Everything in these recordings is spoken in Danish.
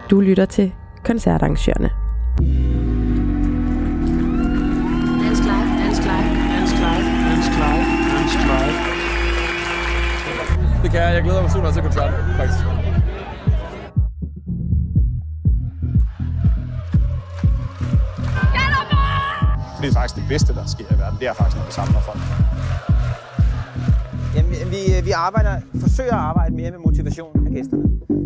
Du lytter til Koncertarrangørerne. Dansk Live, Dansk Live, Dansk Live, Dansk Live, Dansk Live. Det kan jeg. Jeg glæder mig super meget til koncerten, faktisk. Det er faktisk det bedste, der sker i verden. Det er faktisk, når vi samler folk. Jamen, vi forsøger at arbejde mere med motivation af gæsterne.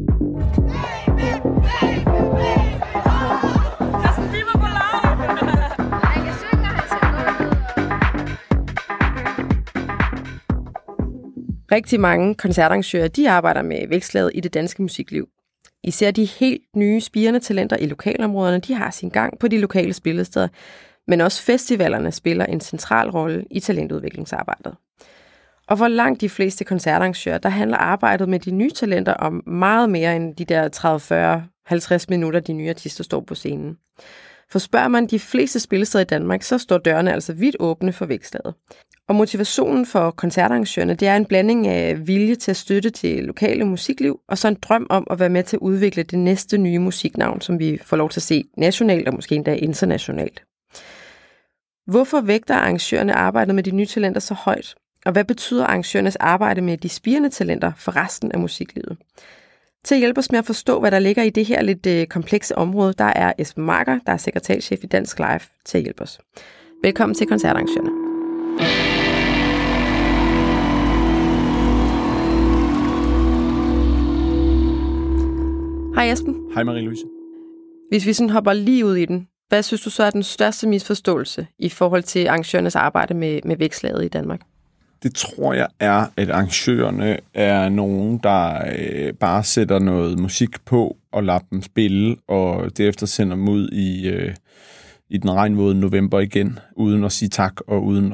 Rigtig mange koncertarrangører, de arbejder med vækstlaget i det danske musikliv. Især de helt nye spirende talenter i lokalområderne, de har sin gang på de lokale spillesteder, men også festivalerne spiller en central rolle i talentudviklingsarbejdet. Og for langt de fleste koncertarrangører, der handler arbejdet med de nye talenter om meget mere end de der 30, 40, 50 minutter, de nye artister står på scenen. For spørger man de fleste spillesteder i Danmark, så står dørene altså vidt åbne for vækstlaget. Og motivationen for koncertarrangørerne, det er en blanding af vilje til at støtte til lokale musikliv, og så en drøm om at være med til at udvikle det næste nye musiknavn, som vi får lov til at se nationalt og måske endda internationalt. Hvorfor vægter arrangørerne arbejdet med de nye talenter så højt? Og hvad betyder arrangørernes arbejde med de spirende talenter for resten af musiklivet? Til at hjælpe os med at forstå, hvad der ligger i det her lidt komplekse område, der er Esben Marker, der er sekretærchef i Dansk Live, til at hjælpe os. Velkommen til koncertarrangørerne. Hej Esben. Hej Marie-Louise. Hvis vi sådan hopper lige ud i den, hvad synes du så er den største misforståelse i forhold til arrangørernes arbejde med vækstlaget i Danmark? Det tror jeg er, at arrangørerne er nogen, der bare sætter noget musik på og lader dem spille, og derefter sender dem ud i den regnvåde november igen, uden at sige tak og uden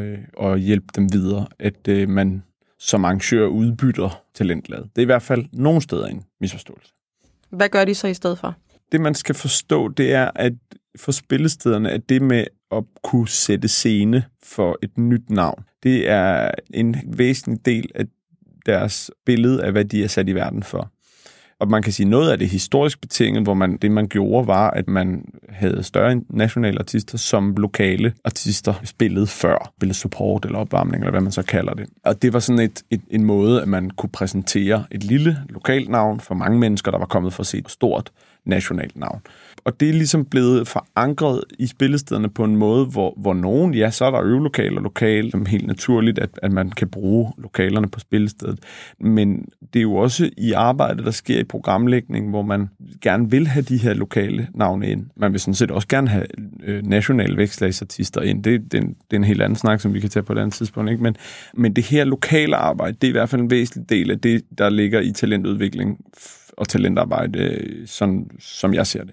at hjælpe dem videre. At man som arrangør udbytter talentlaget. Det er i hvert fald nogle steder en misforståelse. Hvad gør de så i stedet for? Det, man skal forstå, det er, at for spillestederne, at det med at kunne sætte scene for et nyt navn, det er en væsentlig del af deres billede af, hvad de er sat i verden for. Og man kan sige, noget af det historisk betinget, hvor det man gjorde, var, at man havde større nationale artister, som lokale artister spillede før. Spillede support eller opvarmning, eller hvad man så kalder det. Og det var sådan en måde, at man kunne præsentere et lille lokalt navn for mange mennesker, der var kommet for at se et stort nationalt navn. Og det er ligesom blevet forankret i spillestederne på en måde, hvor nogen, ja, så er der øvelokaler og lokale, som helt naturligt, at man kan bruge lokalerne på spillestedet. Men det er jo også i arbejdet, der sker i programlægning, hvor man gerne vil have de her lokale navne ind. Man vil sådan set også gerne have nationale vækstlagsartister ind. Det er en helt anden snak, som vi kan tage på et andet tidspunkt. Ikke? Men det her lokale arbejde, det er i hvert fald en væsentlig del af det, der ligger i talentudvikling og talentarbejde, sådan som jeg ser det.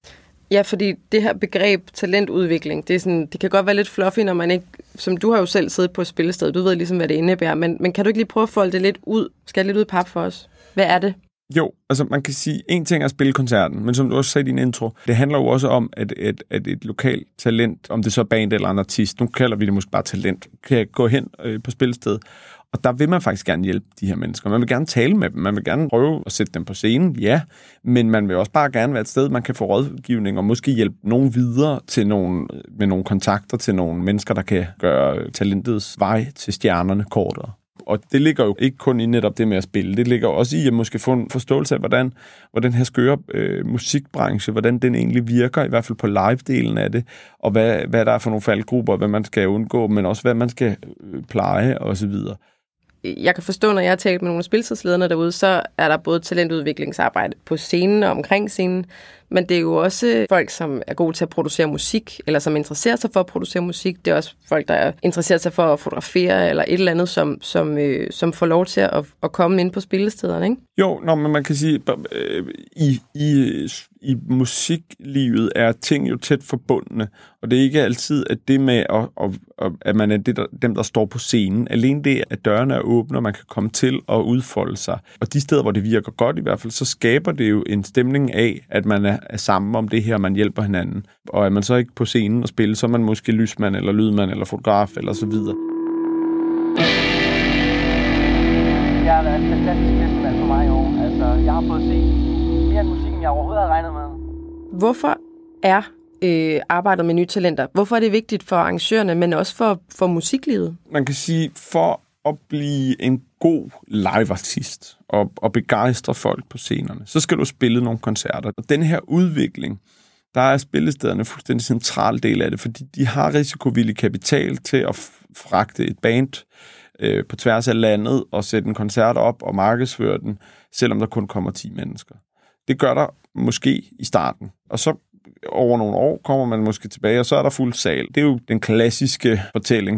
Ja, fordi det her begreb talentudvikling, det kan godt være lidt fluffy, når man ikke, som du har jo selv siddet på et spillested, du ved ligesom, hvad det indebærer, men kan du ikke lige prøve at folde det lidt ud? Skal jeg lidt ud i pap for os? Hvad er det? Jo, altså man kan sige, en ting er at spille koncerten, men som du også sagde i din intro, det handler jo også om, at et lokalt talent, om det så er band eller en artist, nu kalder vi det måske bare talent, kan gå hen på spillestedet. Og der vil man faktisk gerne hjælpe de her mennesker. Man vil gerne tale med dem. Man vil gerne prøve at sætte dem på scenen, ja. Men man vil også bare gerne være et sted, man kan få rådgivning og måske hjælpe nogen videre til med nogle kontakter til nogle mennesker, der kan gøre talentets vej til stjernerne kortere. Og det ligger jo ikke kun i netop det med at spille. Det ligger også i at måske få en forståelse af, hvordan her skøre musikbranche, hvordan den egentlig virker, i hvert fald på live-delen af det, og hvad der er for nogle faldgrupper, hvad man skal undgå, men også hvad man skal pleje osv. Jeg kan forstå, når jeg har talt med nogle af spiltidslederne derude, så er der både talentudviklingsarbejde på scenen og omkring scenen, men det er jo også folk, som er gode til at producere musik, eller som interesserer sig for at producere musik. Det er også folk, der interesserer sig for at fotografere, eller et eller andet, som får lov til at komme ind på spillestederne, ikke? Jo, men man kan sige, i musiklivet er ting jo tæt forbundne, og det er ikke altid, at det med, at man er dem, der står på scenen. Alene det, at dørene er åbne, og man kan komme til at udfolde sig. Og de steder, hvor det virker godt i hvert fald, så skaber det jo en stemning af, at man er sammen om det her, man hjælper hinanden. Og er man så ikke på scenen og spille, så er man måske lysmand, eller lydmand, eller fotograf, eller så videre. Det har været en fantastisk festival for mig i år. Altså, jeg har fået set mere end musikken jeg overhovedet havde regnet med. Hvorfor er arbejdet med nye talenter? Hvorfor er det vigtigt for arrangørerne, men også for musiklivet? Man kan sige, for at blive en god liveartist og begejstre folk på scenerne, så skal du spille nogle koncerter. Og den her udvikling, der er spillestederne en fuldstændig central del af det, fordi de har risikovillig kapital til at fragte et band på tværs af landet og sætte en koncert op og markedsføre den, selvom der kun kommer 10 mennesker. Det gør der måske i starten, og så over nogle år kommer man måske tilbage, og så er der fuld sal. Det er jo den klassiske fortælling,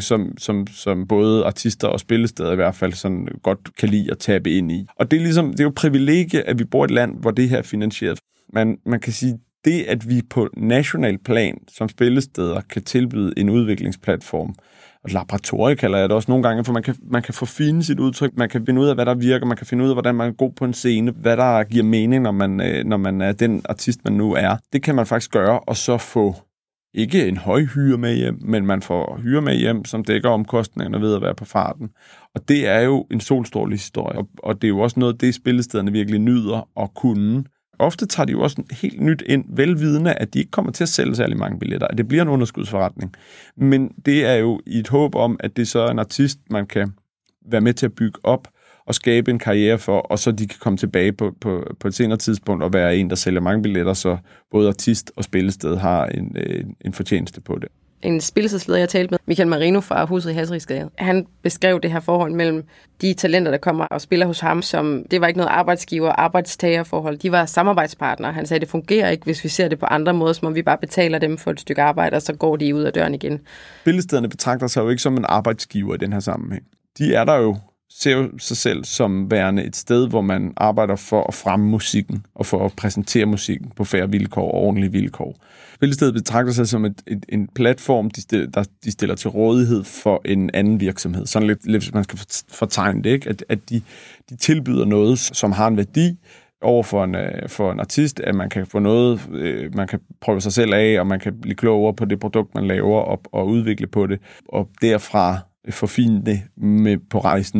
som både artister og spillesteder i hvert fald sådan godt kan lide at tabe ind i. Og det er jo privilegie, at vi bor i et land, hvor det her er finansieret. Man kan sige, det, at vi på national plan som spillesteder kan tilbyde en udviklingsplatform, og laboratorie kalder jeg det også nogle gange, for man kan forfine sit udtryk, man kan finde ud af, hvad der virker, man kan finde ud af, hvordan man er god på en scene, hvad der giver mening, når man er den artist, man nu er. Det kan man faktisk gøre, og så få ikke en høj hyre med hjem, men man får hyre med hjem, som dækker omkostningerne ved at være på farten. Og det er jo en solstrålig historie, og det er jo også noget, det spillestederne virkelig nyder at kunne. Ofte tager de jo også helt nyt ind, velvidende, at de ikke kommer til at sælge særlig mange billetter, at det bliver en underskudsforretning. Men det er jo i et håb om, at det så er en artist, man kan være med til at bygge op og skabe en karriere for, og så de kan komme tilbage på et senere tidspunkt og være en, der sælger mange billetter, så både artist og spillested har en fortjeneste på det. En spillestedsleder, jeg talte med, Michael Marino fra Huset i Hasrigsgade, han beskrev det her forhold mellem de talenter, der kommer og spiller hos ham, som det var ikke noget arbejdsgiver-arbejdstagerforhold. De var samarbejdspartnere. Han sagde, det fungerer ikke, hvis vi ser det på andre måder, som om vi bare betaler dem for et stykke arbejde, og så går de ud af døren igen. Spillestederne betragter sig jo ikke som en arbejdsgiver i den her sammenhæng. De er der jo, ser jo sig selv som værende et sted, hvor man arbejder for at fremme musikken og for at præsentere musikken på fair vilkår og ordentlige vilkår. Spillestedet betragter sig som en platform, de stiller til rådighed for en anden virksomhed. Sådan lidt hvis man skal fortegne det, ikke? At de tilbyder noget, som har en værdi over for en artist, at man kan få noget, man kan prøve sig selv af, og man kan blive klogere på det produkt, man laver, og udvikle på det, og derfra forfine det på rejsen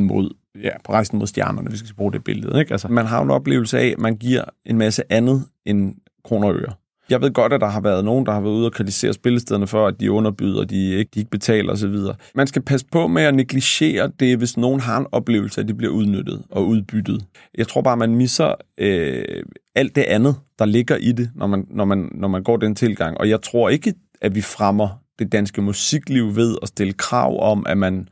mod stjernerne, hvis vi skal bruge det billede. Ikke? Altså, man har en oplevelse af, at man giver en masse andet end kroner og øre. Jeg ved godt, at der har været nogen, der har været ude og kritisere spillestederne for, at de underbyder, de ikke betaler osv. Man skal passe på med at negligere det, hvis nogen har en oplevelse, at de bliver udnyttet og udbyttet. Jeg tror bare, man misser alt det andet, der ligger i det, når man går den tilgang. Og jeg tror ikke, at vi fremmer det danske musikliv ved at stille krav om,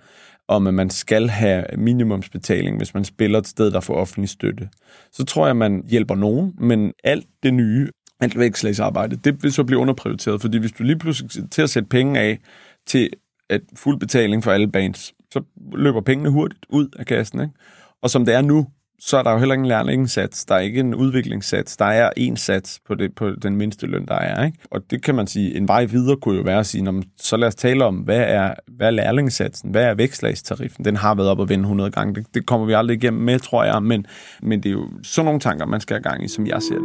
at man skal have minimumsbetaling, hvis man spiller et sted, der får offentlig støtte. Så tror jeg, man hjælper nogen, men alt det nye, alt vækslagsarbejde, det vil så blive underprioriteret, fordi hvis du lige pludselig til at sætte penge af til fuld betaling for alle bands, så løber pengene hurtigt ud af kassen, ikke? Og som det er nu, så er der jo heller ingen lærlingssats, der er ikke en udviklingssats, der er en sats på den mindste løn, der er, ikke? Og det kan man sige, en vej videre kunne jo være at sige, så lad os tale om, hvad er lærlingssatsen, hvad er vækslagstariffen? Den har været op at vende 100 gange, det kommer vi aldrig igennem med, tror jeg, men det er jo sådan nogle tanker, man skal have gang i, som jeg ser det.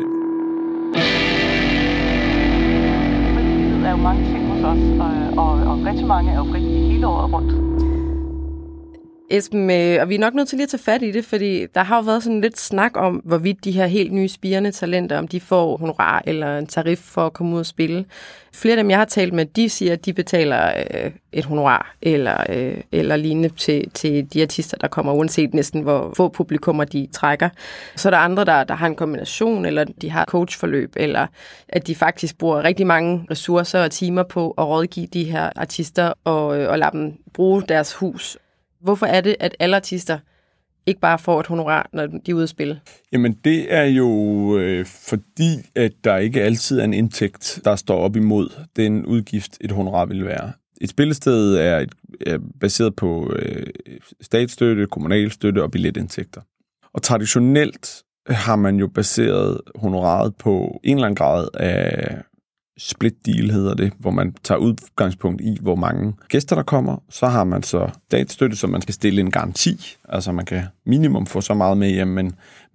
Frivillighed er jo mange ting hos os, og rigtig mange er jo frivillige hele året rundt. Esben, og vi er nok nødt til lige at tage fat i det, fordi der har jo været sådan lidt snak om, hvorvidt de her helt nye spirende talenter, om de får honorar eller en tarif for at komme ud og spille. Flere af dem, jeg har talt med, de siger, at de betaler et honorar eller lignende til de artister, der kommer, uanset næsten hvor få publikummer de trækker. Så er der andre, der har en kombination, eller de har coachforløb, eller at de faktisk bruger rigtig mange ressourcer og timer på at rådgive de her artister og lade dem bruge deres hus. Hvorfor er det, at alle artister ikke bare får et honorar, når de er ude at spille? Jamen, det er jo fordi, at der ikke altid er en indtægt, der står op imod den udgift, et honorar vil være. Et spillested er baseret på statsstøtte, kommunalstøtte og billetindtægter. Og traditionelt har man jo baseret honoraret på en eller anden grad af split deal, hedder det, hvor man tager udgangspunkt i, hvor mange gæster der kommer. Så har man så statsstøtte, så man skal stille en garanti. Altså man kan minimum få så meget med hjem, men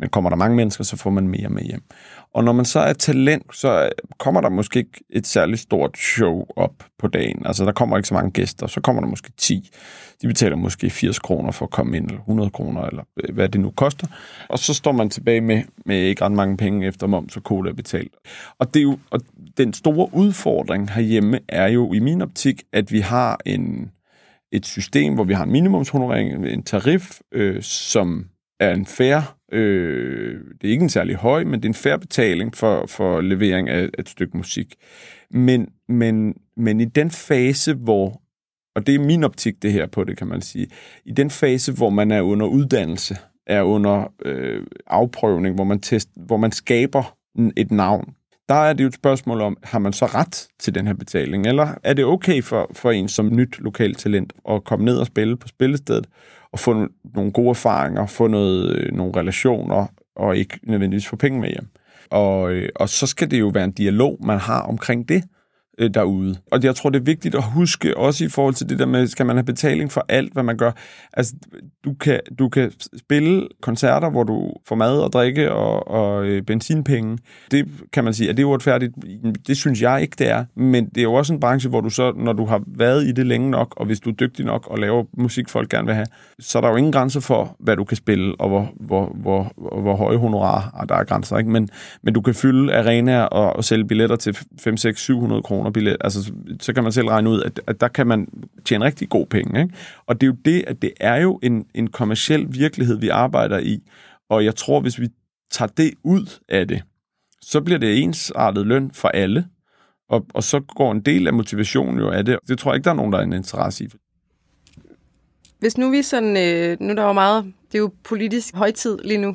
Men kommer der mange mennesker, så får man mere med hjem. Og når man så er talent, så kommer der måske ikke et særligt stort show op på dagen. Altså, der kommer ikke så mange gæster. Så kommer der måske 10. De betaler måske 80 kroner for at komme ind, eller 100 kroner, eller hvad det nu koster. Og så står man tilbage med ikke ret mange penge efter moms og cola betalt. Og det er jo, og den store udfordring herhjemme er jo i min optik, at vi har et system, hvor vi har en minimumshonorering, en tarif, som er en fair, det er ikke en særlig høj, men det er en fair betaling for levering af et stykke musik. Men i den fase, hvor, og det er min optik det her på det, kan man sige, i den fase, hvor man er under uddannelse, er under afprøvning, hvor man skaber et navn, der er det jo et spørgsmål om, har man så ret til den her betaling, eller er det okay for en som nyt lokalt talent at komme ned og spille på spillestedet, og få nogle gode erfaringer, få nogle relationer, og ikke nødvendigvis få penge med hjem. Og så skal det jo være en dialog, man har omkring det derude. Og jeg tror, det er vigtigt at huske, også i forhold til det der med, skal man have betaling for alt, hvad man gør. Altså, du kan spille koncerter, hvor du får mad og drikke og benzinpenge. Det kan man sige, at det er uretfærdigt. Det synes jeg ikke, det er. Men det er jo også en branche, hvor du så, når du har været i det længe nok, og hvis du er dygtig nok og laver musik, folk gerne vil have, så er der jo ingen grænser for, hvad du kan spille, og hvor høje honorarer der er grænser. Ikke? Men du kan fylde arenaer og sælge billetter til 5, 6, 700 kroner billet. Altså, så kan man selv regne ud, at der kan man tjene rigtig gode penge. Ikke? Og det er jo det, at det er jo en kommerciel virkelighed, vi arbejder i. Og jeg tror, hvis vi tager det ud af det, så bliver det ensartet løn for alle. Og så går en del af motivationen jo af det. Det tror jeg ikke, der er nogen, der er en interesse i. Hvis nu vi sådan, nu der var meget, det er jo politisk højtid lige nu,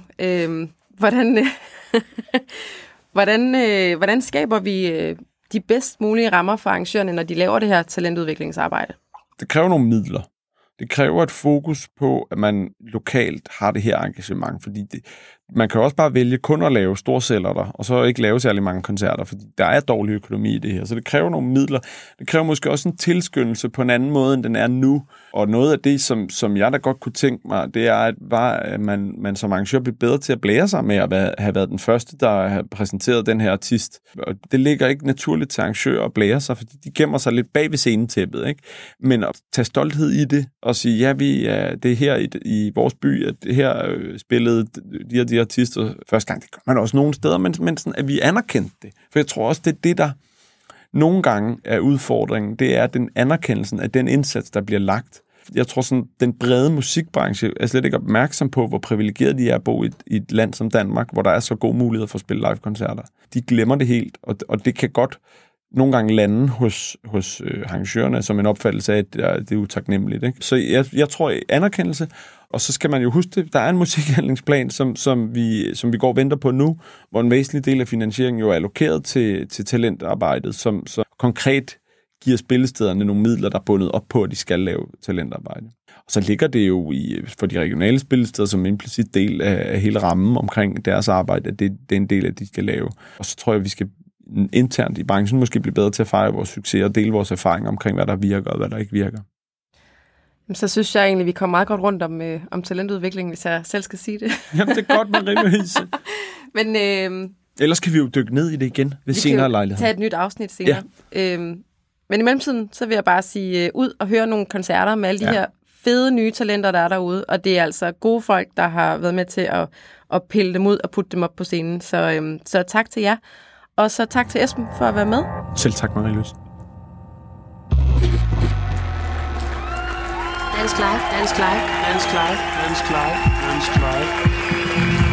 hvordan skaber vi de bedst mulige rammer for arrangørerne, når de laver det her talentudviklingsarbejde? Det kræver nogle midler. Det kræver et fokus på, at man lokalt har det her engagement, fordi man kan også bare vælge kun at lave storceller der, og så ikke lave særlig mange koncerter, fordi der er dårlig økonomi i det her. Så det kræver nogle midler. Det kræver måske også en tilskyndelse på en anden måde, end den er nu. Og noget af det, som jeg da godt kunne tænke mig, det er, at man som arrangør bliver bedre til at blære sig med at have været den første, der har præsenteret den her artist. Og det ligger ikke naturligt til arrangører at blære sig, fordi de gemmer sig lidt bag ved scenetæppet, ikke? Men at tage stolthed i det, og sige, ja, det er her i vores by, at det her spillede de artister første gang. Det gør man også nogle steder, men sådan, at vi anerkendte det. For jeg tror også, det er det, der nogle gange er udfordringen. Det er den anerkendelsen af den indsats, der bliver lagt. Jeg tror sådan, den brede musikbranche er slet ikke opmærksom på, hvor privilegeret de er at bo i et land som Danmark, hvor der er så gode muligheder for at spille live-koncerter. De glemmer det helt, og det kan godt nogle gange lande hos arrangørerne som en opfattelse af, at det er utaknemmeligt. Ikke? Så jeg tror anerkendelse, og så skal man jo huske det, der er en musikhandlingsplan, som vi går og venter på nu, hvor en væsentlig del af finansieringen jo er allokeret til talentarbejdet, som konkret giver spillestederne nogle midler, der er bundet op på, at de skal lave talentarbejde. Og så ligger det jo for de regionale spillesteder som implicit del af hele rammen omkring deres arbejde, at det er en del af, de skal lave. Og så tror jeg, vi skal internt i branchen måske blive bedre til at fejre vores succes og dele vores erfaringer omkring, hvad der virker og hvad der ikke virker. Så synes jeg egentlig, vi kommer meget godt rundt om talentudvikling, hvis jeg selv skal sige det. Jamen, det er godt med Louise. Men ellers kan vi jo dykke ned i det igen ved senere lejlighed. Tage et nyt afsnit senere. Ja. Men i mellemtiden, så vil jeg bare sige ud og høre nogle koncerter med alle de her fede nye talenter, der er derude. Og det er altså gode folk, der har været med til at pille dem ud og putte dem op på scenen. Så tak til jer. Og så tak til Esben for at være med. Selv tak, Marie-Louise. Dansk Live, Dansk Live, Dansk Live, Dansk Live, Dansk Live.